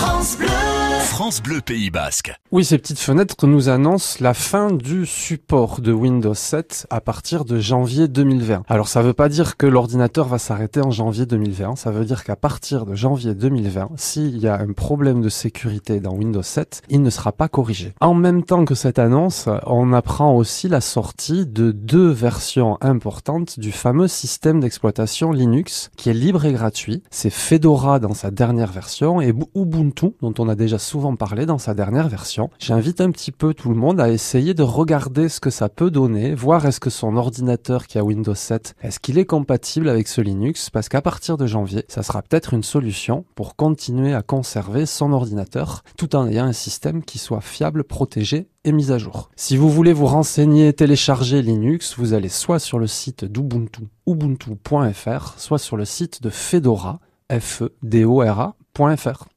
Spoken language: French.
France Bleu Pays Basque. Oui, ces petites fenêtres nous annoncent la fin du support de Windows 7 à partir de janvier 2020. Alors ça veut pas dire que l'ordinateur va s'arrêter en janvier 2020, ça veut dire qu'à partir de janvier 2020, s'il y a un problème de sécurité dans Windows 7, il ne sera pas corrigé. En même temps que cette annonce, on apprend aussi la sortie de 2 versions importantes du fameux système d'exploitation Linux qui est libre et gratuit. C'est Fedora dans sa dernière version et Ubuntu, dont on a déjà souvent parlé dans sa dernière version. J'invite un petit peu tout le monde à essayer de regarder ce que ça peut donner, voir est-ce que son ordinateur qui a Windows 7, est-ce qu'il est compatible avec ce Linux, parce qu'à partir de janvier, ça sera peut-être une solution pour continuer à conserver son ordinateur tout en ayant un système qui soit fiable, protégé et mis à jour. Si vous voulez vous renseigner, télécharger Linux, vous allez soit sur le site d'Ubuntu, ubuntu.fr, soit sur le site de Fedora, fedora.fr.